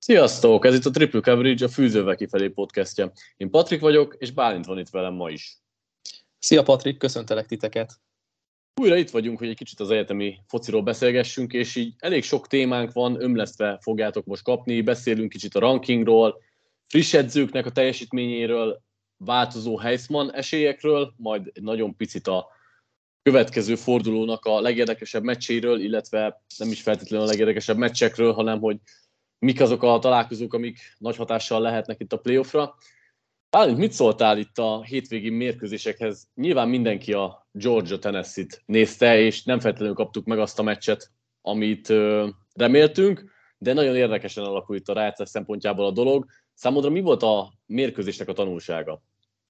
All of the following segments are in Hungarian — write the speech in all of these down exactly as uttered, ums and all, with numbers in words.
Sziasztok! Ez itt a Triple Coverage, a Fűzővel kifelé podcastja. Én Patrik vagyok, és Bálint van itt velem ma is. Szia Patrik, köszöntelek titeket! Újra itt vagyunk, hogy egy kicsit az egyetemi fociról beszélgessünk, és így elég sok témánk van, ömlesztve fogjátok most kapni. Beszélünk kicsit a rankingról, friss edzőknek a teljesítményéről, változó Heisman esélyekről, majd egy nagyon picit a következő fordulónak a legérdekesebb meccséről, illetve nem is feltétlenül a legérdekesebb meccsekről, hanem hogy mik azok a találkozók, amik nagy hatással lehetnek itt a playoffra. Bálint, mit szóltál itt a hétvégi mérkőzésekhez? Nyilván mindenki a Georgia-Tennessee-t nézte, és nem feltétlenül kaptuk meg azt a meccset, amit ö, reméltünk, de nagyon érdekesen alakult itt a rájátszás szempontjából a dolog. Számodra mi volt a mérkőzésnek a tanulsága?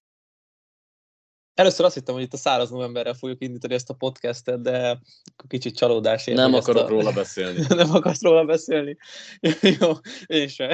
Először azt hittem, hogy itt a száraz novemberrel fogjuk indítani ezt a podcastet, de kicsit csalódás ér. Nem akarok a... róla beszélni. Nem akarsz róla beszélni? Jó, én sem.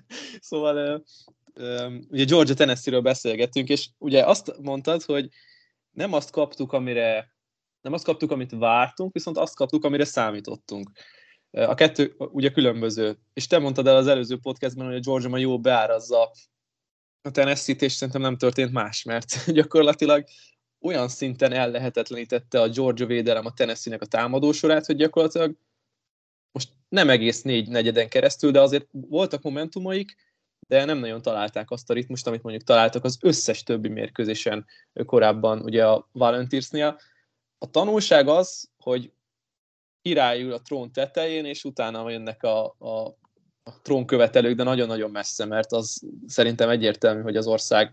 Szóval ugye Georgia-Tennessee-ről beszélgettünk, és ugye azt mondtad, hogy nem azt kaptuk, amire nem azt kaptuk, amit vártunk, viszont azt kaptuk, amire számítottunk. A kettő ugye különböző. És te mondtad el az előző podcastben, hogy a Georgia ma jól beárazza a Tennessee-t, és szerintem nem történt más, mert gyakorlatilag olyan szinten ellehetetlenítette a Georgia védelem a Tennessee-nek a támadósorát, hogy gyakorlatilag most nem egész négy negyeden keresztül, de azért voltak momentumaik, de nem nagyon találták azt a ritmust, amit mondjuk találtak az összes többi mérkőzésen korábban ugye a Volunteersnél. A tanulság az, hogy királyul a trón tetején, és utána jönnek a, a a trónkövetelők, de nagyon-nagyon messze, mert az szerintem egyértelmű, hogy az ország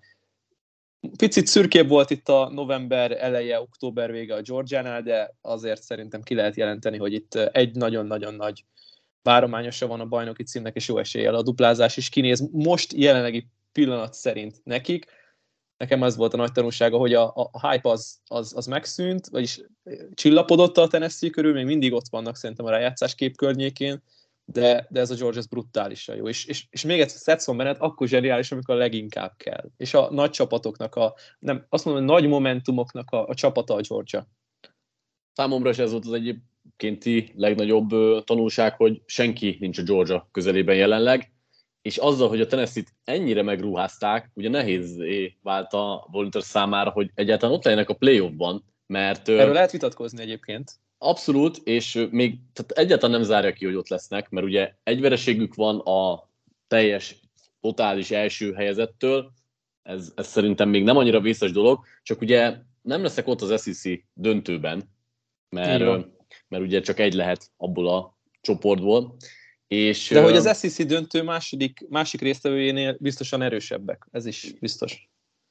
picit szürkébb volt itt a november eleje, október vége a Georgiánál, de azért szerintem ki lehet jelenteni, hogy itt egy nagyon-nagyon nagy várományosa van a bajnoki címnek, és jó eséllyel a duplázás is kinéz most jelenlegi pillanat szerint nekik. Nekem ez volt a nagy tanulsága, hogy a, a hype az, az, az megszűnt, vagyis csillapodott a Tennessee körül, még mindig ott vannak szerintem a rájátszás kép környékén, De, de ez a Georgia ez brutálisan jó. És, és, és még egyszer, Stetson Bennett akkor zseniális, amikor a leginkább kell. És a nagy csapatoknak, a, nem, azt mondom, hogy nagy momentumoknak a, a csapata a Georgia. Számomra is ez volt az egyébkénti legnagyobb uh, tanulság, hogy senki nincs a Georgia közelében jelenleg, és azzal, hogy a Tennessee-t ennyire megruházták, ugye nehézzé vált a Volunteers számára, hogy egyáltalán ott legyenek a playoffban, mert... Uh, Erről lehet vitatkozni egyébként. Abszolút, és még tehát egyáltalán nem zárja ki, hogy ott lesznek, mert ugye egy vereségük van a teljes, totális első helyezettől, ez, ez szerintem még nem annyira vészes dolog, csak ugye nem lesznek ott az es e cé döntőben, mert, mert ugye csak egy lehet abból a csoportból. És, de hogy az es e cé döntő második, másik résztvevőjénél biztosan erősebbek, ez is biztos.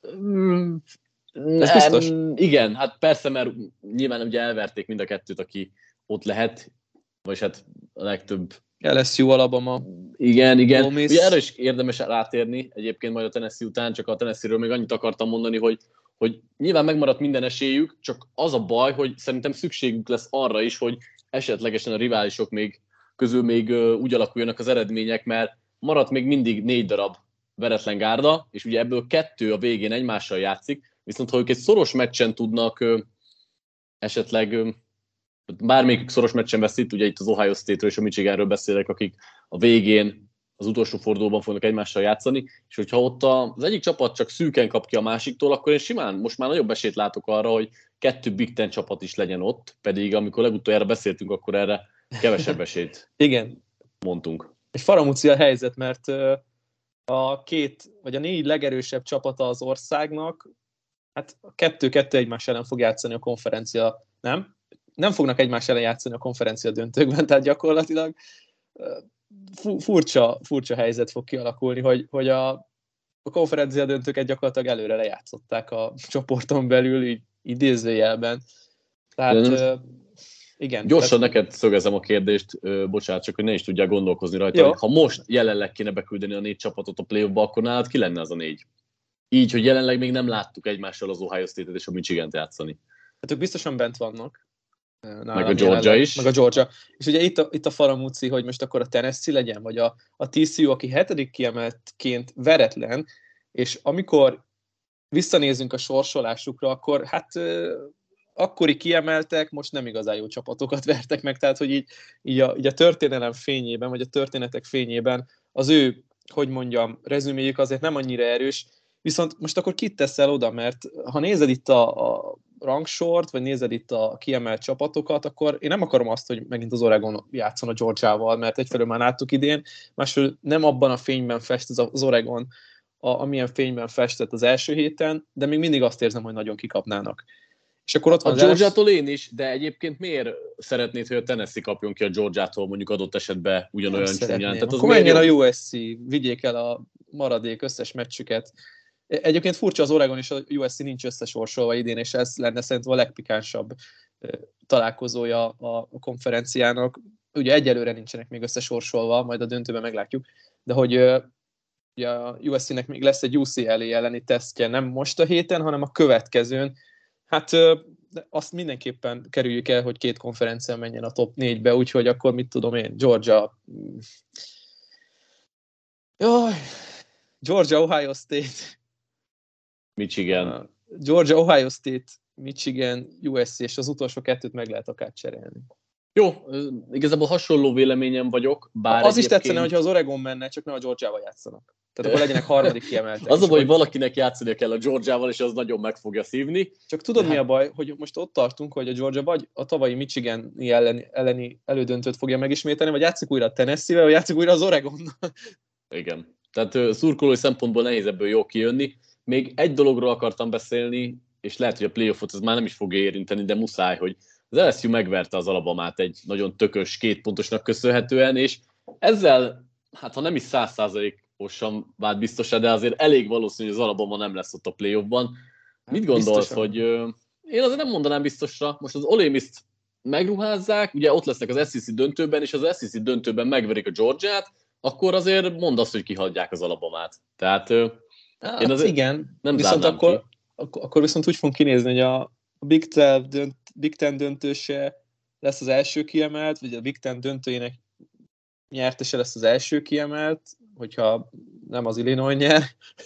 Mm, Ez biztos? Nem, igen, hát persze, mert nyilván ugye elverték mind a kettőt, aki ott lehet, vagy hát a legtöbb... el es u, Alabama. Igen, igen. Ugye erre is érdemes rátérni, egyébként majd a Tennessee után, csak a Tennessee-ről még annyit akartam mondani, hogy, hogy nyilván megmaradt minden esélyük, csak az a baj, hogy szerintem szükségük lesz arra is, hogy esetlegesen a riválisok még közül még úgy alakuljanak az eredmények, mert maradt még mindig négy darab veretlen gárda, és ugye ebből kettő a végén egymással játszik, viszont ha ők egy szoros meccsen tudnak ö, esetleg, ö, bármelyik szoros meccsen veszít, ugye itt az Ohio State-ről és a Michiganről beszélek, akik a végén, az utolsó fordulóban fognak egymással játszani, és hogyha ott az egyik csapat csak szűken kap ki a másiktól, akkor én simán most már nagyobb esélyt látok arra, hogy kettő Big Ten csapat is legyen ott, pedig amikor legutoljára beszéltünk, akkor erre kevesebb esélyt Igen. mondtunk. És faramúci a helyzet, mert a két, vagy a négy legerősebb csapata az országnak, hát a kettő-kettő egymás ellen fog játszani a konferencia, nem? Nem fognak egymás ellen játszani a konferencia döntőkben, tehát gyakorlatilag furcsa, furcsa helyzet fog kialakulni, hogy, hogy a, a konferencia döntőket gyakorlatilag előre lejátszották a csoporton belül, így idézőjelben. Tehát uh, igen. Gyorsan tehát... neked szögezem a kérdést, uh, bocsánat, csak hogy ne is tudják gondolkozni rajta, Jó. hogy ha most jelenleg kéne beküldeni a négy csapatot a play-offba, akkor nálad ki lenne az a négy? Így, hogy jelenleg még nem láttuk egymással az Ohio State-et és a Michigant játszani. Hát ők biztosan bent vannak. Meg a Georgia jelenleg, is. Meg a Georgia. És ugye itt a, itt a faramúci, hogy most akkor a Tennessee legyen, vagy a, a té cé u, aki hetedik kiemeltként veretlen, és amikor visszanézünk a sorsolásukra, akkor hát akkori kiemeltek, most nem igazán jó csapatokat vertek meg, tehát hogy így, így, a, így a történelem fényében, vagy a történetek fényében az ő, hogy mondjam, rezüméjük azért nem annyira erős, viszont most akkor kit teszel oda, mert ha nézed itt a, a rangsort, vagy nézed itt a kiemelt csapatokat, akkor én nem akarom azt, hogy megint az Oregon játszon a Georgiával, mert egyfelől már láttuk idén, másfelől nem abban a fényben fest az Oregon, a, amilyen fényben festett az első héten, de még mindig azt érzem, hogy nagyon kikapnának. És akkor ott a Georgiától én is, de egyébként miért szeretnéd, hogy a Tennessee kapjon ki a Georgiától mondjuk adott esetben ugyanolyan csúnyán? Tehát akkor menjen a U S C, vigyék el a maradék összes meccsüket. Egyébként furcsa, az Oregon és a U S C nincs összesorsolva idén, és ez lenne szerintem a legpikánsabb találkozója a konferenciának. Ugye egyelőre nincsenek még összesorsolva, majd a döntőben meglátjuk, de hogy ugye a U S C-nek még lesz egy U C L A elleni tesztje, nem most a héten, hanem a következőn. Hát azt mindenképpen kerüljük el, hogy két konferencián menjen a top négybe, úgyhogy akkor mit tudom én, Georgia... Jaj, Georgia, Ohio State... Michigan. Uh, Georgia, Ohio State, Michigan, U S C, és az utolsó kettőt meg lehet akár cserélni. Jó, igazából hasonló véleményem vagyok, bár Az egyébként... is tetszene, hogyha az Oregon menne, csak ne a Georgiával játszanak. Tehát akkor legyenek harmadik kiemeltek. Az a baj, hogy valakinek játszania kell a Georgiával, és az nagyon meg fogja szívni. Csak tudod, de mi a baj, hogy most ott tartunk, hogy a Georgia vagy a tavalyi Michigan elleni, elleni elődöntőt fogja megismételni, vagy játszik újra a Tennessee-vel, vagy játszik újra az Oregonnal. Igen. Tehát szurkolói szempontból nehéz ebből jól kijönni. Még egy dologról akartam beszélni, és lehet, hogy a playoffot ez már nem is fogja érinteni, de muszáj, hogy az el es u megverte az Alabamát egy nagyon tökös két pontosnak köszönhetően, és ezzel, hát ha nem is száz százalékosan vált biztosan, de azért elég valószínű, hogy az Alabama nem lesz ott a playoffban. Mit gondolsz, biztosan. Hogy uh, én azért nem mondanám biztosra, most az Ole Miss-t megruházzák, ugye ott lesznek az es e cé döntőben, és az es e cé döntőben megverik a Georgiát, akkor azért mondd azt, hogy kihagyják az Alabamát. Tehát uh, hát én azért igen, nem viszont akkor, ki. akkor, akkor viszont úgy fogunk kinézni, hogy a Big Ten, dönt, Big Ten döntőse lesz az első kiemelt, vagy a Big Ten döntőjének nyertese lesz az első kiemelt, hogyha nem az Illinois nyer.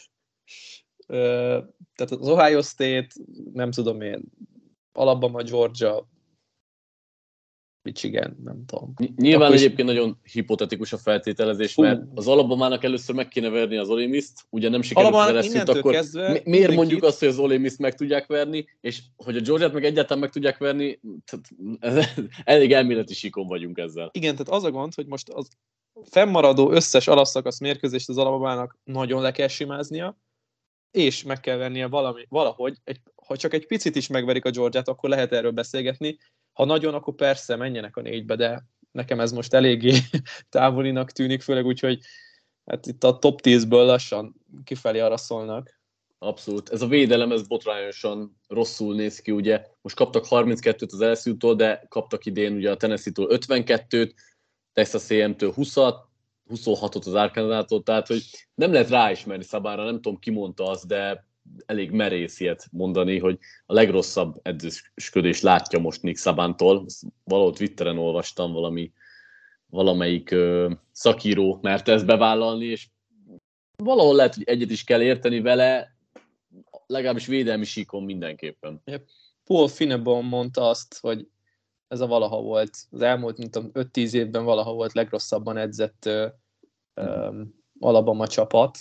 Tehát az Ohio State, nem tudom én, Alabama, Georgia, Michigan, nem tudom. Nyilván akkor egyébként is... nagyon hipotetikus a feltételezés, Fú. mert az Alabamának először meg kéne verni az Ole Miss-t, ugye nem sikerült az el es u-t, akkor kezdve, mi- miért mondjuk azt, hogy az Ole Miss-t meg tudják verni, és hogy a Georgiát meg egyáltalán meg tudják verni, elég elméleti síkon vagyunk ezzel. Igen, tehát az a gond, hogy most az fennmaradó összes alapszakasz mérkőzést az Alabamának nagyon le kell simáznia, és meg kell vernie valami, valahogy, egy, ha csak egy picit is megverik a Georgiát, akkor lehet erről beszélgetni. Ha nagyon, akkor persze menjenek a négybe, de nekem ez most eléggé távolinak tűnik, főleg úgy, hogy hát itt a top tízből lassan kifelé arra szólnak. Abszolút. Ez a védelem, ez botrányosan rosszul néz ki, ugye. Most kaptak harminckettőt az el es u-tól, de kaptak idén ugye a Tennessee-től ötvenkettőt, Texas á és em-től húszat, huszonhatot az Arkansas-tól, tehát hogy nem lehet ráismerni Szabánra, nem tudom ki mondta azt, de elég merész ilyet mondani, hogy a legrosszabb edzősködést látja most Nick Szabántól. Valahol Twitteren olvastam, valami, valamelyik ö, szakíró mert ezt bevállalni, és valahol lehet, hogy egyet is kell érteni vele, legalábbis védelmi síkon mindenképpen. Paul Finebaum mondta azt, hogy ez a valaha volt, az elmúlt, mint tudom, öt-tíz évben valaha volt legrosszabban edzett ö, ö, Alabama csapat.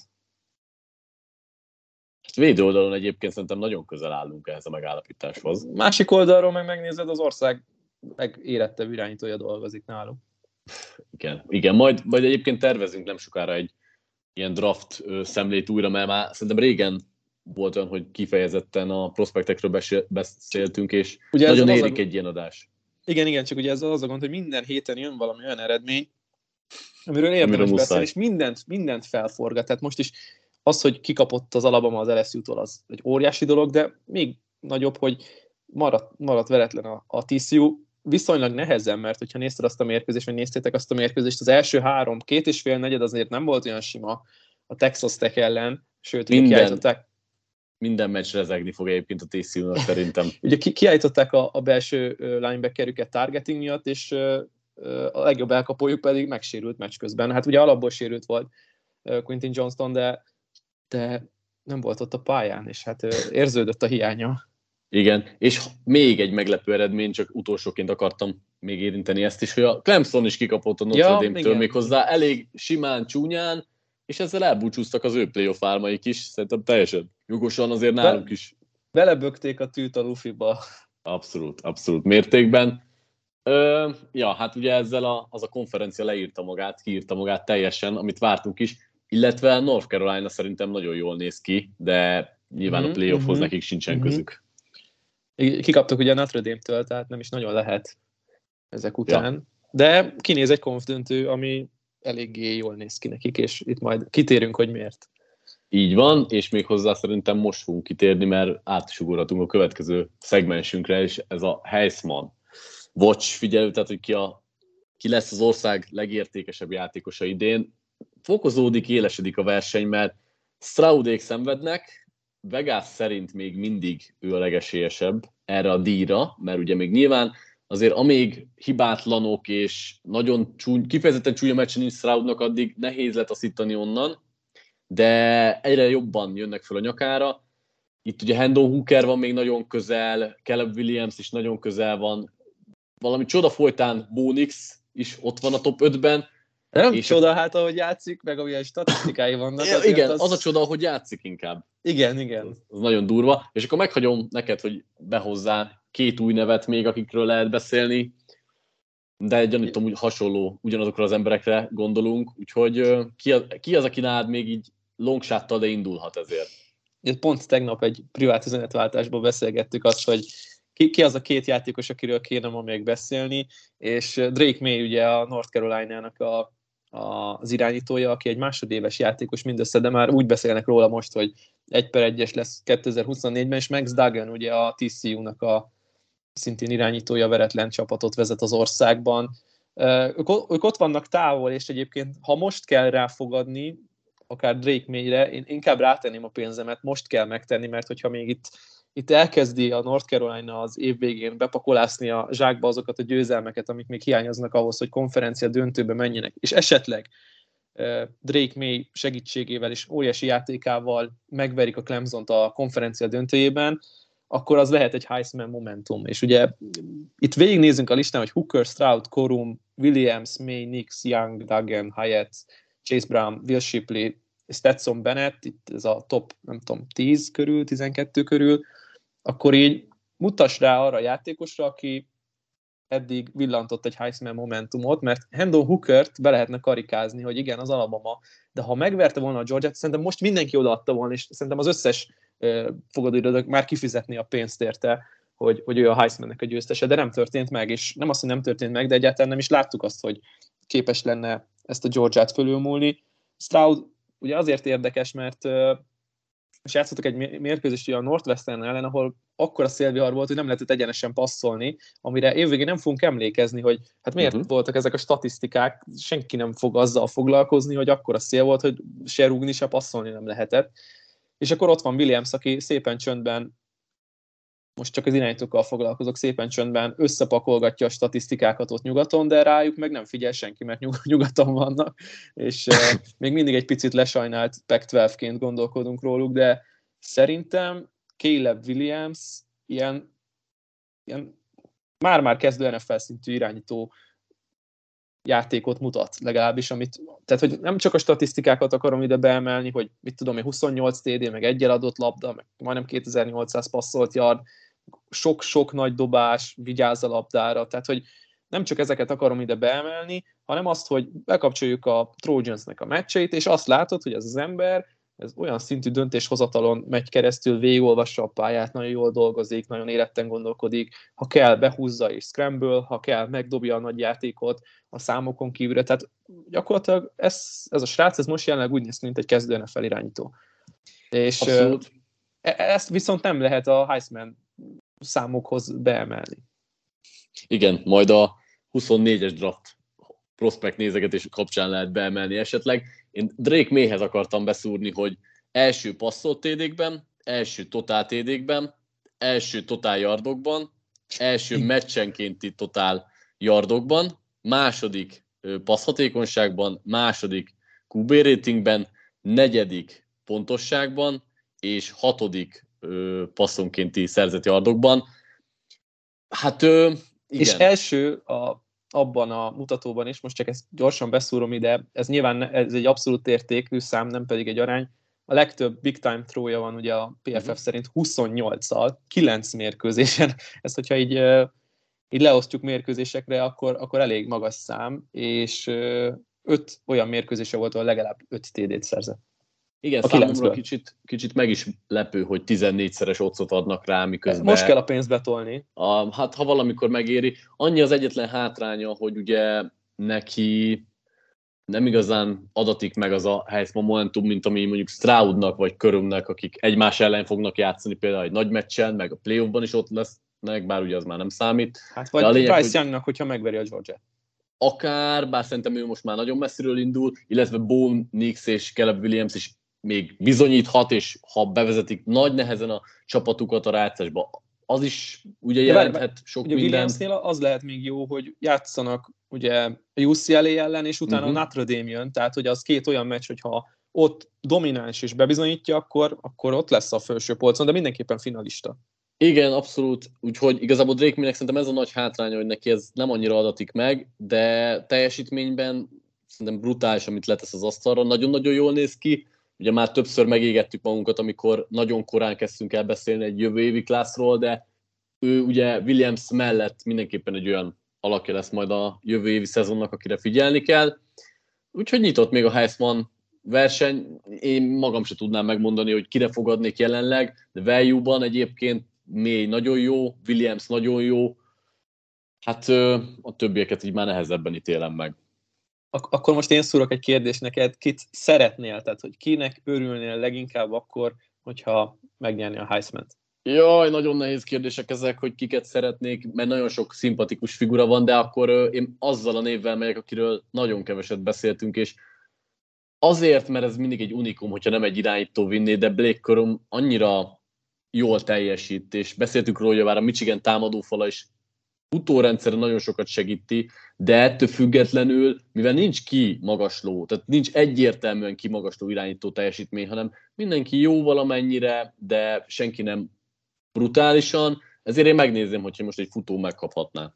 Védő oldalon egyébként szerintem nagyon közel állunk ehhez a megállapításhoz. Másik oldalról meg megnézed, az ország legérettebb irányítója dolgozik náluk. Igen, igen. Majd, majd egyébként tervezünk nem sokára egy ilyen draft szemlét újra, mert már szerintem régen volt olyan, hogy kifejezetten a prospektekről beszéltünk, és ugye nagyon érik a... egy ilyen adás. Igen, igen, csak ugye ez az a gond, hogy minden héten jön valami olyan eredmény, amiről érdemes beszélni, és mindent, mindent felforgat. Tehát most is az, hogy kikapott az Alabama az el es u-tól, az egy óriási dolog, de még nagyobb, hogy maradt, maradt veretlen a, a té cé u, viszonylag nehezen, mert hogyha nézted azt a mérkőzést, vagy néztétek azt a mérkőzést, az első három, két és fél negyed azért nem volt olyan sima a Texas Tech ellen, sőt, ugye kiállították. Minden meccs rezegni fog egyébként a té cé u-nak szerintem. Ugye ki, kiállították a, a belső linebackerüket targeting miatt, és a legjobb elkapójuk pedig megsérült meccs közben. Hát ugye alapból sérült volt Quentin Johnston, de, de nem volt ott a pályán, és hát érződött a hiánya. Igen, és még egy meglepő eredmény, csak utolsóként akartam még érinteni ezt is, hogy a Clemson is kikapott a Notre Ja, Dame-től igen. méghozzá elég simán, csúnyán, és ezzel elbúcsúztak az ő playoff álmaik is, szerintem teljesen jogosan azért nálunk Be- is. Belebögték a tűt a lufiba. Abszolút, abszolút mértékben. Ö, ja, hát ugye ezzel a, az a konferencia leírta magát, kiírta magát teljesen, amit vártunk is, illetve North Carolina szerintem nagyon jól néz ki, de nyilván Mm-hmm, a playoffhoz mm-hmm, nekik sincsen mm-hmm. közük. Kikaptak ugye a Notre Dame-től, tehát nem is nagyon lehet ezek után. Ja. De kinéz egy konf döntő, ami eléggé jól néz ki nekik, és itt majd kitérünk, hogy miért. Így van, és még hozzá szerintem most fogunk kitérni, mert át is ugorhatunk a következő szegmensünkre, és ez a Heisman Watch figyelő, tehát hogy ki, a, ki lesz az ország legértékesebb játékosa idén. Fokozódik, élesedik a verseny, mert Stroudék szenvednek, Vegas szerint még mindig ő a legesélyesebb erre a díjra, mert ugye még nyilván azért amíg hibátlanok és nagyon csúny, kifejezetten csúnya meccsen nincs Stroudnak, addig nehéz letaszítani onnan, de egyre jobban jönnek fel a nyakára. Itt ugye Hendon Hooker van még nagyon közel, Caleb Williams is nagyon közel van, valami csoda folytán Bo Nix is ott van a top ötben. Nem és csoda hát, ahogy játszik, meg amilyen statisztikái vannak. Ja, igen, az... az a csoda, hogy játszik inkább. Igen, igen. Az, az nagyon durva. És akkor meghagyom neked, hogy behozzá két új nevet még, akikről lehet beszélni, de gyanítom, hogy hasonló, ugyanazokra az emberekre gondolunk, úgyhogy ki az, ki az aki nálad még így longshottal, de indulhat ezért? Pont tegnap egy privát üzenetváltásban beszélgettük azt, hogy ki, ki az a két játékos, akiről kéne ma még beszélni, és Drake May ugye a North Carolina-nak a, a, az irányítója, aki egy másodéves játékos mindössze, de már úgy beszélnek róla most, hogy egy per egyes lesz kétezer-huszonnégyben, és Max Duggan ugye a té cé u-nak a szintén irányítója, veretlen csapatot vezet az országban. Ők, ők ott vannak távol, és egyébként ha most kell ráfogadni, akár Drake Mayre, én inkább rátenném a pénzemet, most kell megtenni, mert hogyha még itt, itt elkezdi a North Carolina az év végén bepakolászni a zsákba azokat a győzelmeket, amik még hiányoznak ahhoz, hogy konferencia döntőbe menjenek, és esetleg uh, Drake May segítségével és óriási játékával megverik a Clemsont a konferencia döntőjében, akkor az lehet egy Heisman momentum. És ugye itt végignézünk a listán, hogy Hooker, Stroud, Corum, Williams, May, Nix, Young, Duggan, Hyatt, Chase Brown, Will Shipley, Stetson Bennett, itt ez a top, nem tudom, tíz körül, tizenkettő körül, akkor így mutass rá arra a játékosra, aki eddig villantott egy Heisman momentumot, mert Hendon Hookert be lehetne karikázni, hogy igen, az Alabama, de ha megverte volna a Georgiát, szerintem most mindenki odaadta volna, és szerintem az összes uh, fogadóirodők már kifizetni a pénzt érte, hogy, hogy ő a Heismannek a győztese, de nem történt meg, és nem azt, hogy nem történt meg, de egyáltalán nem is láttuk azt, hogy képes lenne ezt a Georgiát fölülmúlni. Stroud ugye azért érdekes, mert uh, és játszottak egy mérkőzést a Northwestern ellen, ahol akkora szélvihar volt, hogy nem lehetett egyenesen passzolni, amire évvégén nem fogunk emlékezni, hogy hát miért uh-huh. voltak ezek a statisztikák, senki nem fog azzal foglalkozni, hogy akkora szél volt, hogy se rúgni, se passzolni nem lehetett. És akkor ott van Williams, aki szépen csöndben, most csak az irányítókkal foglalkozok, szépen csöndben összepakolgatja a statisztikákat ott nyugaton, de rájuk meg nem figyel senki, mert nyug- nyugaton vannak, és uh, még mindig egy picit lesajnált Pac tizenkettőként gondolkodunk róluk, de szerintem Caleb Williams ilyen, ilyen már-már kezdő en ef el szintű irányító játékot mutat, legalábbis, amit, tehát hogy nem csak a statisztikákat akarom ide beemelni, hogy mit tudom én, huszonnyolc té dé, meg egyel adott labda, meg majdnem kétezer-nyolcszáz passzolt yard, sok-sok nagy dobás, vigyázz a labdára, tehát hogy nem csak ezeket akarom ide beemelni, hanem azt, hogy bekapcsoljuk a Trojansnek a meccseit, és azt látod, hogy ez az ember, ez olyan szintű döntéshozatalon megy keresztül, végigolvassa a pályát, nagyon jól dolgozik, nagyon éretten gondolkodik, ha kell, behúzza és scramble, ha kell, megdobja a nagy játékot a számokon kívülre, tehát gyakorlatilag ez, ez a srác, ez most jelenleg úgy néz ki, mint egy kezdő en ef el irányító. És Abszolút. Ezt viszont nem lehet a Heisman számokhoz beemelni. Igen, majd a huszonnégyes draft prospect nézegetés kapcsán lehet beemelni esetleg. Én Drake Mayhez akartam beszúrni, hogy első passzolt té dékben, első totál té dékben, első totál yardokban, első meccsenkénti totál yardokban, második passzhatékonyságban, második kú bé ratingben, negyedik pontosságban, és hatodik passzonkénti szerzett yardokban. Hát Igen. És első a, abban a mutatóban is, most csak ezt gyorsan beszúrom ide, ez nyilván ez egy abszolút értékű szám, nem pedig egy arány. A legtöbb big time throw-ja van ugye a pé ef ef uh-huh. szerint huszonnyolccal, kilenc mérkőzésen. Ezt, hogyha így, így leosztjuk mérkőzésekre, akkor, akkor elég magas szám, és öt olyan mérkőzése volt, ahol legalább öt té dét szerzett. Igen, a számomra kicsit, kicsit meg is lepő, hogy tizennégyszeres otcot adnak rá, miközben... Most kell a pénzt betolni. A, hát ha valamikor megéri. Annyi az egyetlen hátránya, hogy ugye neki nem igazán adatik meg az a Heisman momentum, mint ami mondjuk Stroudnak vagy Körömnek, akik egymás ellen fognak játszani például egy nagy meccsen, meg a playoffban is ott lesznek, bár ugye az már nem számít. Hát vagy lényeg, Bryce Youngnak, hogy... hogyha megveri a Georgia. Akár, bár szerintem ő most már nagyon messziről indul, illetve Bo Nix és Caleb Williams is még bizonyíthat, és ha bevezetik nagy nehezen a csapatukat a rájátszásba, az is ugye jelenthet sok ugye mindent. Williamsnél az lehet még jó, hogy játszanak ugye a u cé el á ellen, és utána uh-huh. a Notre Dame jön, tehát hogy az két olyan meccs, hogyha ott domináns és bebizonyítja, akkor, akkor ott lesz a felső polcon, de mindenképpen finalista. Igen, abszolút. Úgyhogy igazából Drake Maynek szerintem ez a nagy hátránya, hogy neki ez nem annyira adatik meg, de teljesítményben szerintem brutális, amit letesz az asztalra. Nagyon-nagyon jól néz ki. Ugye már többször megégettük magunkat, amikor nagyon korán kezdtünk el beszélni egy jövő évi klászról, de ő ugye Williams mellett mindenképpen egy olyan alakja lesz majd a jövő évi szezonnak, akire figyelni kell. Úgyhogy nyitott még a Heisman verseny. Én magam se tudnám megmondani, hogy kire fogadnék jelenleg, de value-ban egyébként May nagyon jó, Williams nagyon jó. Hát a többieket így már nehezebben ítélem meg. Ak- akkor most én szúrok egy kérdést neked, kit szeretnél, tehát hogy kinek örülnél leginkább akkor, hogyha megnyerni a Heisman-t? Jaj, nagyon nehéz kérdések ezek, hogy kiket szeretnék, mert nagyon sok szimpatikus figura van, de akkor én azzal a névvel megyek, akiről nagyon keveset beszéltünk, és azért, mert ez mindig egy unikum, hogyha nem egy irányító vinné, de Blake Corum annyira jól teljesít, és beszéltünk róla, hogy már a Michigan támadófala is utórendszeren nagyon sokat segíti, de ettől függetlenül, mivel nincs ki magasló, tehát nincs egyértelműen ki magasló irányító teljesítmény, hanem mindenki jó valamennyire, de senki nem brutálisan, ezért én megnézném, hogyha most egy futó megkaphatná.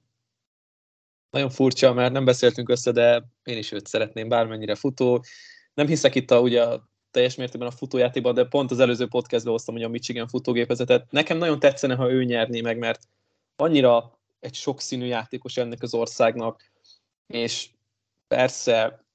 Nagyon furcsa, mert nem beszéltünk össze, de én is őt szeretném, bármennyire futó. Nem hiszek itt a, ugye, a teljes mértékben a futójátékban, de pont az előző podcastban hoztam ugye a Michigan futógépezetet. Nekem nagyon tetszene, ha ő nyerné meg, mert annyira egy sokszínű játékos ennek az országnak, és persze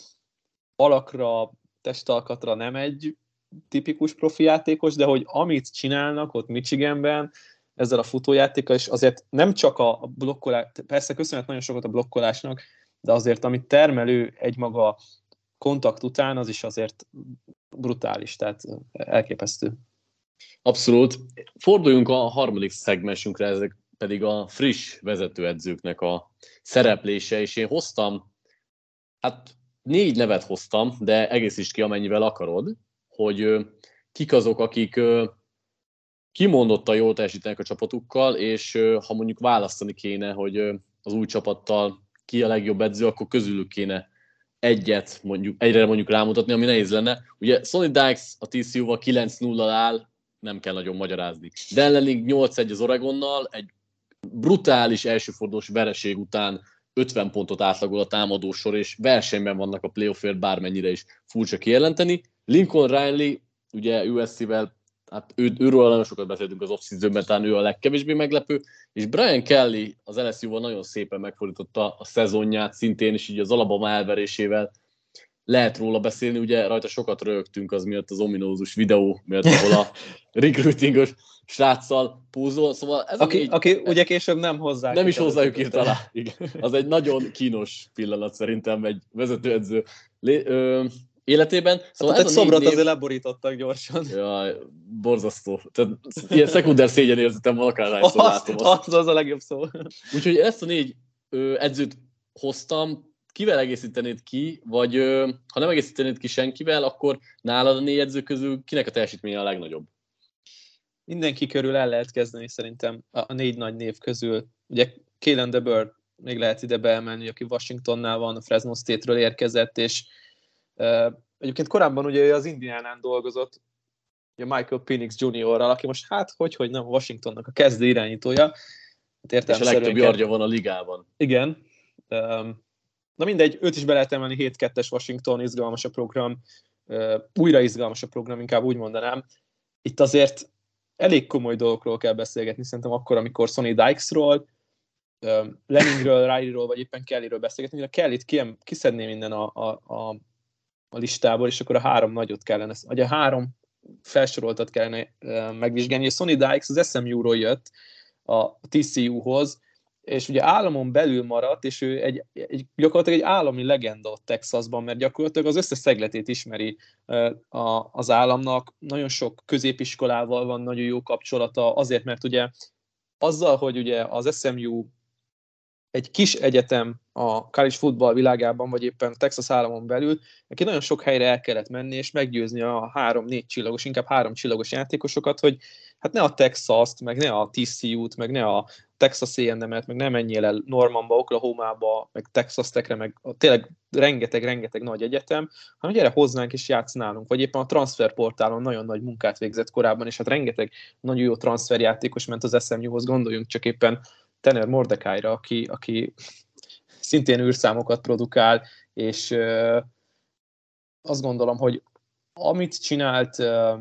alakra, testalkatra nem egy tipikus profi játékos, de hogy amit csinálnak ott Michiganben, ezzel a futójátékkal, és azért nem csak a blokkolás, persze köszönhet nagyon sokat a blokkolásnak, de azért amit termelő egymaga kontakt után, az is azért brutális, tehát elképesztő. Abszolút. Forduljunk a harmadik szegmensünkre, ezek pedig a friss vezetőedzőknek a szereplése, és én hoztam, hát négy nevet hoztam, de egészítsd ki, amennyivel akarod, hogy kik azok, akik kimondottan jól teljesítenek a csapatukkal, és ha mondjuk választani kéne, hogy az új csapattal ki a legjobb edző, akkor közülük kéne egyet, mondjuk, egyre mondjuk rámutatni, ami nehéz lenne. Ugye Sonny Dykes a té cé u-val kilenc nulla áll, nem kell nagyon magyarázni. Dan Lanning nyolc egy az Oregonnal, egy brutális elsőfordulós vereség után ötven pontot átlagol a támadósor, és versenyben vannak a playoffért, bármennyire is furcsa kijelenteni. Lincoln Riley, ugye u es cé-vel, hát ő, őről nagyon sokat beszéltünk az off-seasonben, talán ő a legkevésbé meglepő, és Brian Kelly az el es u-val nagyon szépen megfordította a szezonját, szintén is így az Alabama elverésével lehet róla beszélni, ugye rajta sokat rögtünk az miatt, az ominózus videó miatt, ahol a recruitingos sráccal pózol, szóval ez aki, négy, aki ugye később nem hozzá. Nem is hozzájuk írt alá. Igen. Az egy nagyon kínos pillanat szerintem egy vezetőedző lé, ö, életében. Szóval hát ez a szobrot név... azért leborítottak gyorsan. Jaj, borzasztó. Tehát ilyen szekunder szégyenérzetem van, akárhányszor látom azt. Az az a legjobb szó. Úgyhogy ezt a négy ö, edzőt hoztam. Kivel egészítenéd ki, vagy ö, ha nem egészítenéd ki senkivel, akkor nálad a négy edző közül kinek a teljesítménye a legnagyobb? Mindenki körül el lehet kezdeni szerintem a négy nagy név közül. Ugye Kalen DeBoer még lehet ide beemelni, aki Washingtonnál van, a Fresno State-ről érkezett, és uh, egyébként korábban ugye ő az Indiánán dolgozott, ugye Michael Penix juniorral, aki most hát hogy, hogy nem Washingtonnak a kezdő irányítója, És a legtöbb yardja van a ligában. Igen. Um, na mindegy, őt is be lehet emelni, hét kettes Washington, izgalmas a program, uh, újra izgalmas a program, inkább úgy mondanám. Itt azért elég komoly dolgokról kell beszélgetni, szerintem akkor, amikor Sonny Dykesról, um, Lenningről, Rileyről, vagy éppen Kellyről beszélgetni. A Kellyt kiem, kiszedném innen a, a, a, a listából, és akkor a három nagyot kellene, vagy a három felsoroltat kellene uh, megvizsgálni. A Sonny Dykes az es em u-ról jött a té cé u-hoz, és ugye államon belül maradt, és ő egy, egy, gyakorlatilag egy állami legenda ott Texasban, mert gyakorlatilag az összes szegletét ismeri a, az államnak. Nagyon sok középiskolával van nagyon jó kapcsolata, azért, mert ugye azzal, hogy ugye az es em u egy kis egyetem a college football világában, vagy éppen Texas államon belül, neki nagyon sok helyre el kellett menni, és meggyőzni a három-négy csillagos, inkább három csillagos játékosokat, hogy hát ne a Texast, meg ne a té cé u-t, meg ne a Texas á és em-et, meg ne menjél el Normanba, Oklahomába, meg Texas Techre, meg tényleg rengeteg-rengeteg nagy egyetem, hanem gyere hozzánk és játsz nálunk. Vagy éppen a transferportálon nagyon nagy munkát végzett korábban, és hát rengeteg nagyon jó transferjátékos ment az es em u-hoz, gondoljunk csak éppen Tanner Mordecai-ra, aki, aki szintén űrszámokat produkál, és euh, azt gondolom, hogy amit csinált euh,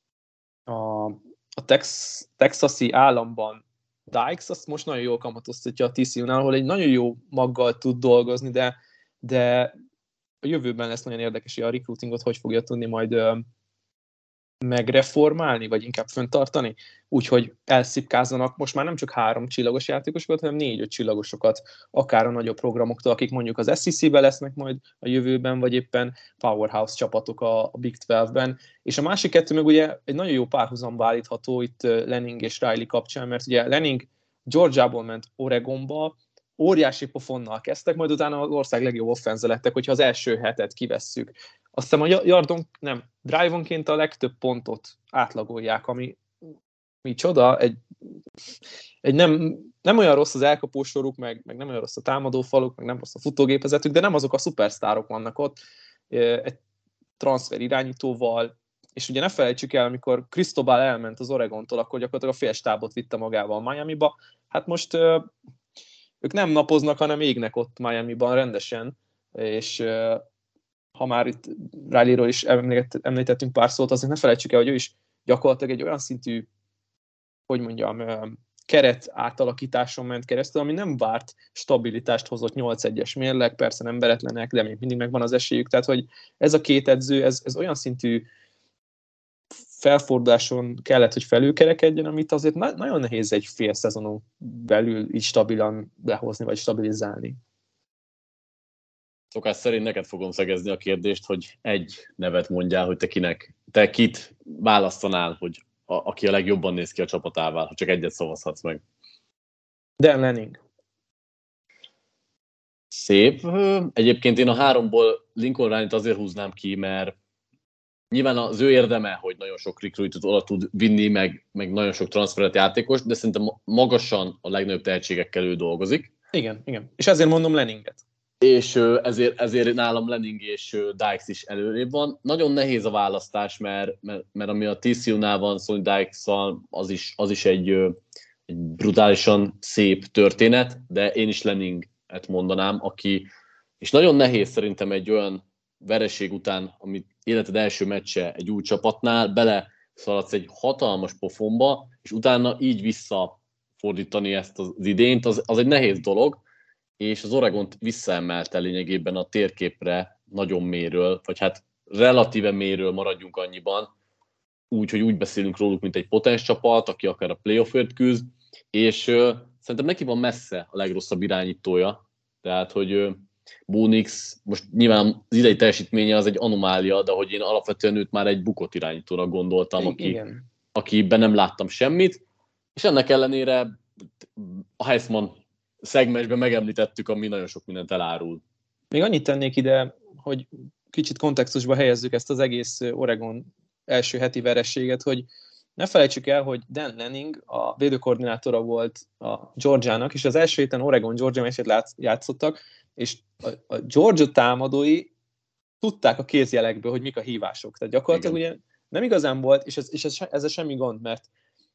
a, a Tex, texasi államban Dykes, azt most nagyon jól kamatoztatja a té cé u-nál, ahol egy nagyon jó maggal tud dolgozni, de, de a jövőben lesz nagyon érdekes, hogy a recruitingot hogy fogja tudni majd euh, megreformálni, vagy inkább föntartani, úgyhogy elszipkázzanak most már nem csak három csillagos játékosokat, hanem négy-öt csillagosokat, akár a nagyobb programoktól, akik mondjuk az es í cé-ben lesznek majd a jövőben, vagy éppen powerhouse csapatok a Big tizenben. És a másik kettő meg ugye egy nagyon jó párhuzamba állítható itt Lanning és Riley kapcsán, mert ugye Lanning Georgiából ment Oregonba, óriási pofonnal kezdtek, majd utána az ország legjobb offense lettek, hogyha az első hetet kivesszük. Azt hiszem a yardon, nem, drive-onként a legtöbb pontot átlagolják, ami micsoda, egy, egy nem, nem olyan rossz az elkapósoruk, meg, meg nem olyan rossz a támadófaluk, meg nem rossz a futógépezetük, de nem azok a szupersztárok vannak ott, egy transfer irányítóval, és ugye ne felejtsük el, amikor Cristobal elment az Oregontól, akkor gyakorlatilag a fél stábot vitte magával Miamiba. Hát most ők nem napoznak, hanem égnek ott Miamiban rendesen, és ha már itt Rileyről is említettünk pár szót, azért ne felejtsük el, hogy ő is gyakorlatilag egy olyan szintű, hogy mondjam, keret átalakításon ment keresztül, ami nem várt stabilitást hozott nyolc egyes mérleg, persze nem veretlenek, de még mindig megvan az esélyük, tehát hogy ez a két edző, ez, ez olyan szintű felforduláson kellett, hogy felülkerekedjen, amit azért na- nagyon nehéz egy fél szezonon belül így stabilan lehozni, vagy stabilizálni. Szokás szerint neked fogom szegezni a kérdést, hogy egy nevet mondjál, hogy te kinek, te kit választanál, hogy a, aki a legjobban néz ki a csapatával, ha csak egyet szavazhatsz meg. Dan Lanning. Szép. Egyébként én a háromból Lincoln Riley-t azért húznám ki, mert nyilván az ő érdeme, hogy nagyon sok recruitot oda tud vinni, meg, meg nagyon sok transferet játékos, de szerintem magasan a legnagyobb tehetségekkel ő dolgozik. Igen, igen. És ezért mondom Lanninget. És ezért, ezért nálam Lanning és Dykes is előrébb van. Nagyon nehéz a választás, mert, mert, mert ami a té cé u-nál van, Sonny Dykes-szal, az is, az is egy, egy brutálisan szép történet, de én is Lanninget mondanám, aki, és nagyon nehéz szerintem egy olyan vereség után, amit életed első meccse egy új csapatnál, bele szaladsz egy hatalmas pofonba, és utána így visszafordítani ezt az idényt, az, az egy nehéz dolog, és az Oregont visszaemelte lényegében a térképre nagyon mélyről, vagy hát relatíve mélyről maradjunk annyiban, úgy, hogy úgy beszélünk róluk, mint egy potens csapat, aki akár a playoffért küzd, és uh, szerintem neki van messze a legrosszabb irányítója, tehát, hogy uh, Bo Nix, most nyilván az idei teljesítménye az egy anomália, de hogy én alapvetően őt már egy bukott irányítóra gondoltam, aki, akiben nem láttam semmit, és ennek ellenére a Heisman szegmensben megemlítettük, ami nagyon sok mindent elárul. Még annyit tennék ide, hogy kicsit kontextusba helyezzük ezt az egész Oregon első heti vereséget, hogy ne felejtsük el, hogy Dan Lanning a védőkoordinátora volt a Georgiának, és az első héten Oregon-Georgia meccsét játszottak, és a, a Georgia támadói tudták a kézjelekből, hogy mik a hívások. Tehát gyakorlatilag igen. Ugye nem igazán volt, és ez, és ez, ez semmi gond, mert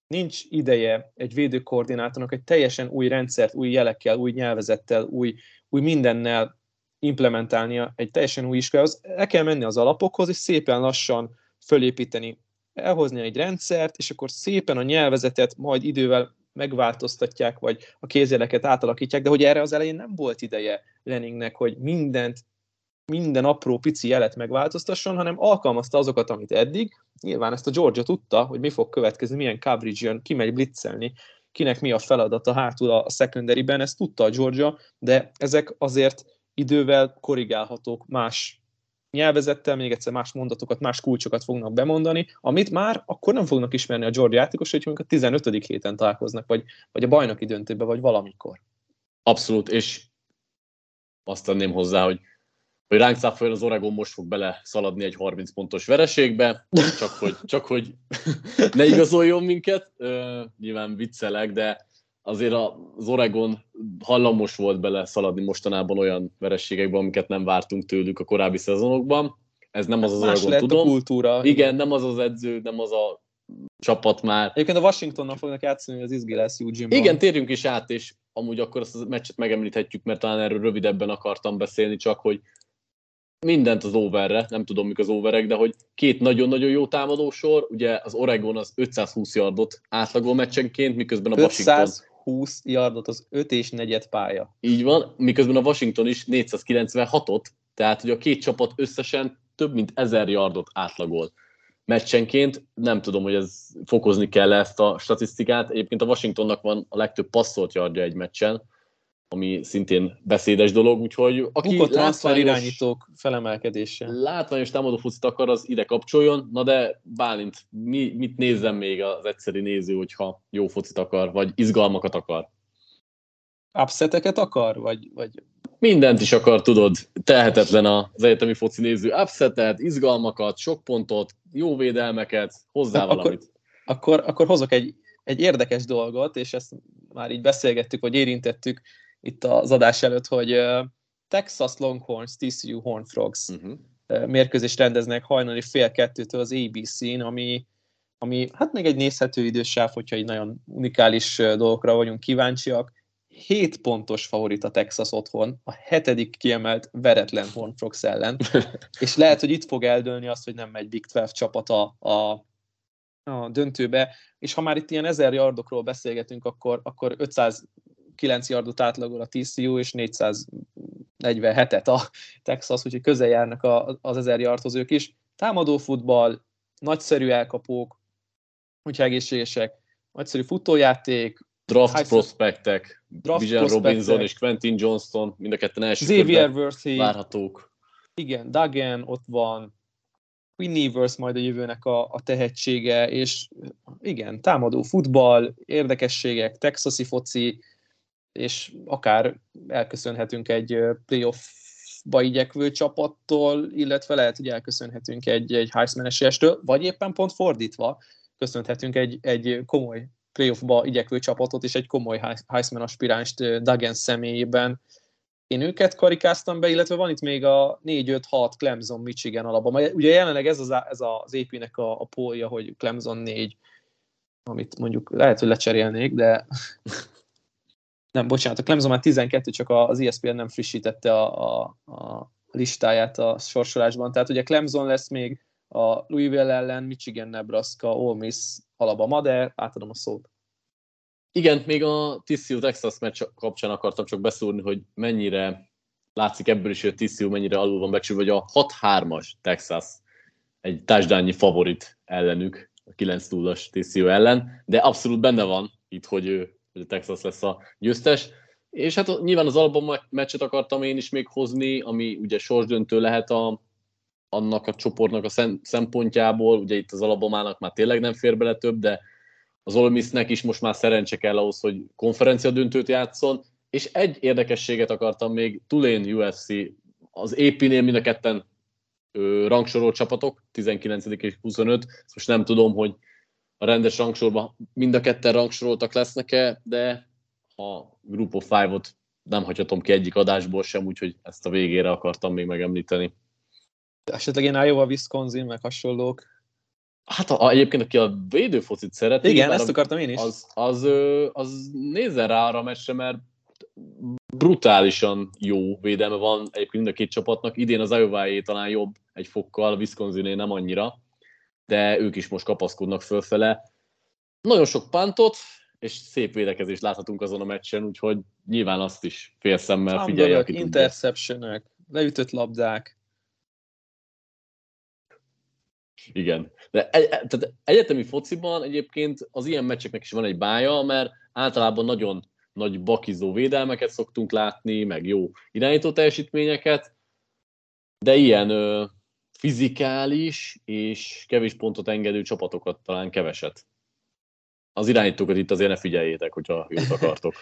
nincs ideje egy védőkoordinátornak egy teljesen új rendszert, új jelekkel, új nyelvezettel, új, új mindennel implementálnia egy teljesen új iskolához. El kell menni az alapokhoz, és szépen lassan fölépíteni, elhozni egy rendszert, és akkor szépen a nyelvezetet majd idővel megváltoztatják, vagy a kézjeleket átalakítják, de hogy erre az elején nem volt ideje Lenningnek, hogy mindent, minden apró pici jelet megváltoztasson, hanem alkalmazta azokat, amit eddig. Nyilván ezt a Georgia tudta, hogy mi fog következni, milyen coverage jön, ki megy blitzelni, kinek mi a feladata hátul a secondary-ben, ezt tudta a Georgia, de ezek azért idővel korrigálhatók, más nyelvezettel, még egyszer más mondatokat, más kulcsokat fognak bemondani, amit már akkor nem fognak ismerni a Georgia játékosok, hogy mondjuk a tizenötödik héten találkoznak, vagy, vagy a bajnoki döntőbe, vagy valamikor. Abszolút, és azt tenném hozzá, hogy, hogy ránk száfoljon az Oregon most fog bele szaladni egy harminc pontos vereségbe, csak hogy, csak hogy ne igazoljon minket, uh, nyilván viccelek, de azért az Oregon hallamos volt bele szaladni mostanában olyan vereségekben, amiket nem vártunk tőlük a korábbi szezonokban. Ez nem az az Más Oregon, tudom. A kultúra. Igen, nem az az edző, nem az a csapat már. Egyébként a Washingtonnal fognak játszani, az izgi lesz Eugene-ban. Igen, térjünk is át, és amúgy akkor azt a meccset megemlíthetjük, mert talán erről rövidebben akartam beszélni, csak hogy mindent az overre, nem tudom mik az overek, de hogy két nagyon-nagyon jó támadósor, ugye az Oregon az ötszázhúsz yardot átlagol meccsenként, miközben a Washington... ötszázhúsz yardot az öt és negyed pálya. Így van, miközben a Washington is négyszázkilencvenhatot, tehát hogy a két csapat összesen több mint ezer yardot átlagol meccsenként. Nem tudom, hogy ez fokozni kell ezt a statisztikát. Egyébként a Washingtonnak van a legtöbb passzolt yardja egy meccsen, ami szintén beszédes dolog, úgyhogy aki Bukott transfer látványos, irányítók felemelkedése. látványos támadó focit akar, az ide kapcsoljon. Na de Bálint, mi, mit nézzen még az egyszeri néző, hogyha jó focit akar, vagy izgalmakat akar? Upseteket akar? Vagy, vagy... Mindent is akar, tudod, tehetetlen az egyetemi foci néző. Upsetet, izgalmakat, sok pontot, jó védelmeket, hozzá akkor, valamit. Akkor, akkor hozok egy, egy érdekes dolgot, és ezt már így beszélgettük, vagy érintettük itt az adás előtt, hogy uh, Texas Longhorns, té cé u Horned Frogs uh-huh. uh, mérkőzést rendeznek hajnali fél kettőtől az á bé cén, ami, ami hát még egy nézhető idősáv, hogyha egy nagyon unikális uh, dolgokra vagyunk kíváncsiak. Hét pontos favorit a Texas otthon, a hetedik kiemelt veretlen Horned Frogs ellen, és lehet, hogy itt fog eldőlni azt, hogy nem megy Big tizenkettő csapata a, a döntőbe, és ha már itt ilyen ezer yardokról beszélgetünk, akkor, akkor ötszázkilenc yardot átlagol a té cé u, és négyszáznegyvenhetet a Texas, úgyhogy közel járnak a, az ezer yardhoz ők is. Támadó futball, nagyszerű elkapók, hogyha egészségesek, nagyszerű futójáték, draft high prospektek, Bijan Robinson és Quentin Johnston, mind a ketten első körben várhatók. Igen, Duggan ott van, Quinn Ewers majd a jövőnek a, a tehetsége, és igen, támadó futball, érdekességek, texasi foci, és akár elköszönhetünk egy playoff-ba igyekvő csapattól, illetve lehet, hogy elköszönhetünk egy, egy Heisman esélyestől, vagy éppen pont fordítva, köszönhetünk egy, egy komoly playoffba igyekvő csapatot, és egy komoly Heisman aspiránst Duggan személyében. Én őket karikáztam be, illetve van itt még a négy öt hat Clemson, Michigan alapban. Ugye jelenleg ez az, ez az é pé-nek a, a pólja, hogy Clemson négy, amit mondjuk lehet, hogy lecserélnék, de nem, bocsánat, a Clemson már tizenkettő, csak az é es pé en nem frissítette a, a, a listáját a sorsolásban. Tehát ugye Clemson lesz még a Louisville ellen, Michigan, Nebraska, Ole Miss, Alabama, de átadom a szót. Igen, még a té cé u-Texas meccs kapcsán akartam csak beszúrni, hogy mennyire látszik ebből is, hogy a té cé u mennyire alul van becsülve, hogy a hat hármas Texas egy touchdownnyi favorit ellenük, a kilenc nullas té cé u ellen, de abszolút benne van itt, hogy, ő, hogy a Texas lesz a győztes. És hát nyilván az Alabama meccset akartam én is még hozni, ami ugye sorsdöntő lehet a, annak a csoportnak a szempontjából, ugye itt az Alabamának már tényleg nem fér bele több, de az Ole Missnek is most már szerencse kell ahhoz, hogy konferencia döntőt játszon, és egy érdekességet akartam még, Tulane u ef cé, az á pé-nél mind a ketten ö, rangsorolt csapatok, tizenkilencedik és huszonöt, most nem tudom, hogy a rendes rangsorban mind a ketten rangsoroltak lesznek-e, de a Group of Five-ot nem hagyhatom ki egyik adásból sem, úgyhogy ezt a végére akartam még megemlíteni. Esetleg én Iowa, Wisconsin, meg hasonlók. Hát a, egyébként, aki a védőfocit szereti, igen, ezt akartam én is. Az, az, az, az nézzen rá arra a meccsre, mert brutálisan jó védelme van egyébként mind a két csapatnak. Idén az Iowa-é talán jobb egy fokkal, a Wisconsin-é nem annyira, de ők is most kapaszkodnak fölfele. Nagyon sok pántot, és szép védekezést láthatunk azon a meccsen, úgyhogy nyilván azt is félszemmel figyelje, aki tudja. Interceptionek, leütött labdák. Igen. De egy, tehát egyetemi fociban egyébként az ilyen meccseknek is van egy bája, mert általában nagyon nagy bakizó védelmeket szoktunk látni, meg jó irányító teljesítményeket, de ilyen ö, fizikális és kevés pontot engedő csapatokat talán keveset. Az irányítókat itt azért ne figyeljétek, hogyha jót akartok.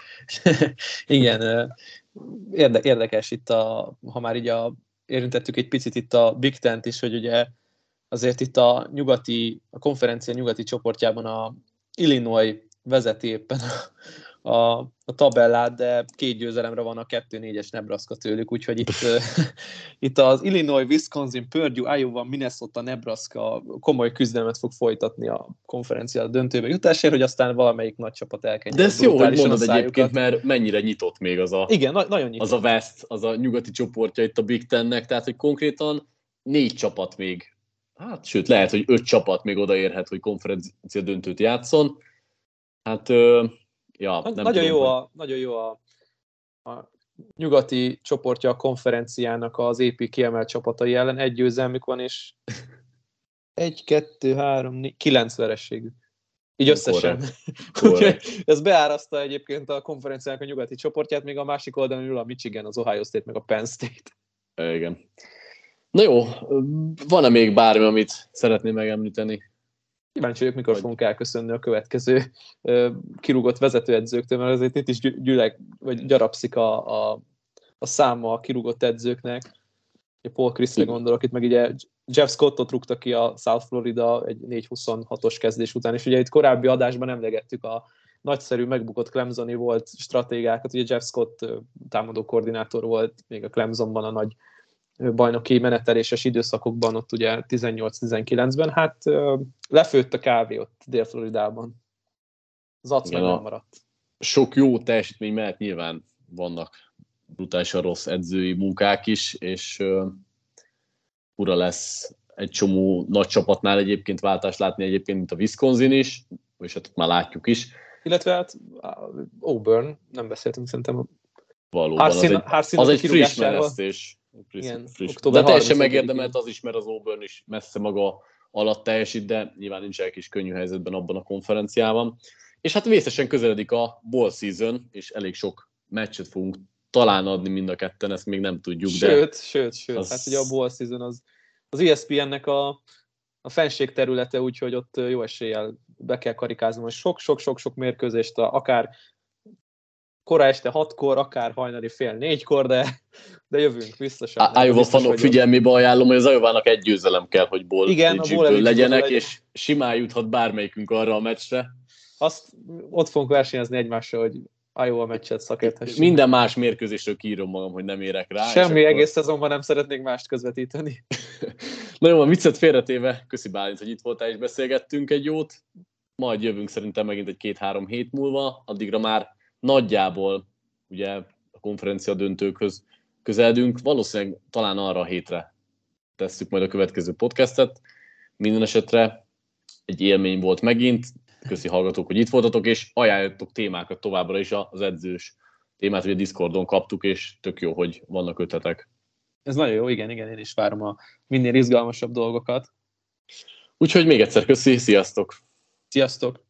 Igen, érde, érdekes itt, a, ha már így a, érintettük egy picit itt a Big Tent is, hogy ugye azért itt a nyugati, a konferencia nyugati csoportjában a Illinois vezeti éppen a, a, a tabellát, de két győzelemre van a kettő négyes Nebraska tőlük, úgyhogy itt, itt az Illinois, Wisconsin, Purdue, Iowa, Minnesota, Nebraska komoly küzdelmet fog folytatni a konferencia döntőbe jutásért, hogy aztán valamelyik nagy csapat elkenje. De ez jó, hogy mondod egyébként, mert mennyire nyitott még az a, igen, na- nagyon nyitott. Az a West, az a nyugati csoportja itt a Big Tennek, tehát hogy konkrétan négy csapat még, hát sőt, lehet, hogy öt csapat még odaérhet, hogy konferencia döntőt játszon. Hát, ö, ja, nem nagyon, tudom, jó hogy... a, nagyon jó a, a nyugati csoportja a konferenciának az é pé kiemelt csapatai ellen. Egy győzelmük van, és egy, kettő, három, négy, kilenc verességük. Így összesen. Ez beáraszta egyébként a konferenciának a nyugati csoportját, még a másik oldalon ül a Michigan, az Ohio State, meg a Penn State. Igen. Na jó, van-e még bármi, amit szeretném megemlíteni? Kíváncsi vagyok, mikor vagy... fogunk elköszönni a következő uh, kirúgott vezetőedzőktől, mert azért itt is gyűleg, vagy gyarapszik a, a, a száma a kirúgott edzőknek. Paul Christre gondolok, itt meg ugye Jeff Scottot rúgta ki a South Florida egy négy huszonhatos kezdés után, és ugye itt korábbi adásban emlegettük a nagyszerű megbukott Clemsoni volt stratégiákat, ugye Jeff Scott támadó koordinátor volt még a Clemsonban a nagy bajnoki meneteléses időszakokban, ott ugye tizennyolc-tizenkilencben, hát lefőtt a kávé ott Dél-Floridában. Zac meg nem maradt. Sok jó teljesítmény mellett nyilván vannak brutálisan rossz edzői munkák is, és uh, ura lesz egy csomó nagy csapatnál egyébként váltást látni egyébként, mint a Wisconsin is, és hát már látjuk is. Illetve hát Auburn, nem beszéltünk szerintem. Valóban, Harsin, az egy, az egy friss menesztés. Igen, friss. De teljesen megérdemelt az is, mert az Auburn is messze maga alatt teljesít, de nyilván nincsenek is könnyű helyzetben abban a konferenciában. És hát vészesen közeledik a bowl season, és elég sok meccset fogunk talán adni mind a ketten, ezt még nem tudjuk. Sőt, de sőt, sőt. Az... Hát ugye a bowl season az, az E S P N-nek a, a fenség területe, úgyhogy ott jó eséllyel be kell karikázni, hogy sok-sok-sok-sok mérkőzést, akár kora este hatkor, akár hajnali fél négykor, de, de jövünk biztosan. Iowa fanok figyelmébe ajánlom, hogy az Iowa-nak egy győzelem kell, hogy bowl legyen, legyenek, és simán juthat bármelyikünk arra a meccsre. Azt ott fogunk versenyezni egymással, hogy Iowa meccset szakérthessünk. Minden más mérkőzésről kiírom magam, hogy nem érek rá. Semmi egész akkor... szezonban nem szeretnék mást közvetíteni. Na jó, a viccet félretéve, köszi Bálint, hogy itt voltál és beszélgettünk egy jót. Majd jövünk szerintem megint egy két-három hét múlva, addigra már nagyjából ugye a konferencia döntőkhöz közeledünk. Valószínűleg talán arra a hétre tesszük majd a következő podcastet. Minden esetre egy élmény volt megint. Köszi hallgatók, hogy itt voltatok, és ajánljatok témákat továbbra is, az edzős témát, hogy a Discordon kaptuk, és tök jó, hogy vannak ötletek. Ez nagyon jó, igen, igen, én is várom a minél izgalmasabb dolgokat. Úgyhogy még egyszer köszi, sziasztok! Sziasztok!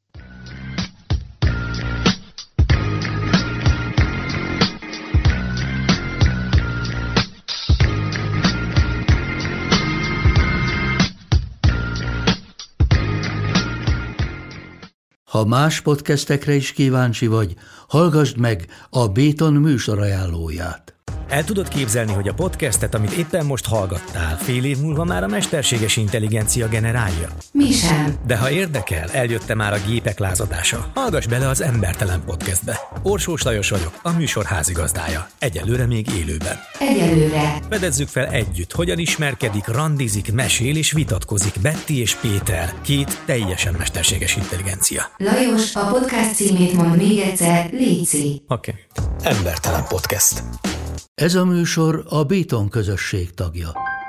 Ha más podcastekre is kíváncsi vagy, hallgassd meg a Béton műsor ajánlóját. El tudod képzelni, hogy a podcastet, amit éppen most hallgattál, fél év múlva már a mesterséges intelligencia generálja? Mi sem. De ha érdekel, eljötte már a gépek lázadása. Hallgass bele az Embertelen Podcastbe. Orsós Lajos vagyok, a műsor házigazdája. Egyelőre még élőben. Egyelőre. Fedezzük fel együtt, hogyan ismerkedik, randizik, mesél és vitatkozik Betty és Péter, két teljesen mesterséges intelligencia. Lajos, a podcast címét mond még egyszer, léci. Oké. Okay. Embertelen Podcast. Ez a műsor a Béton közösség tagja.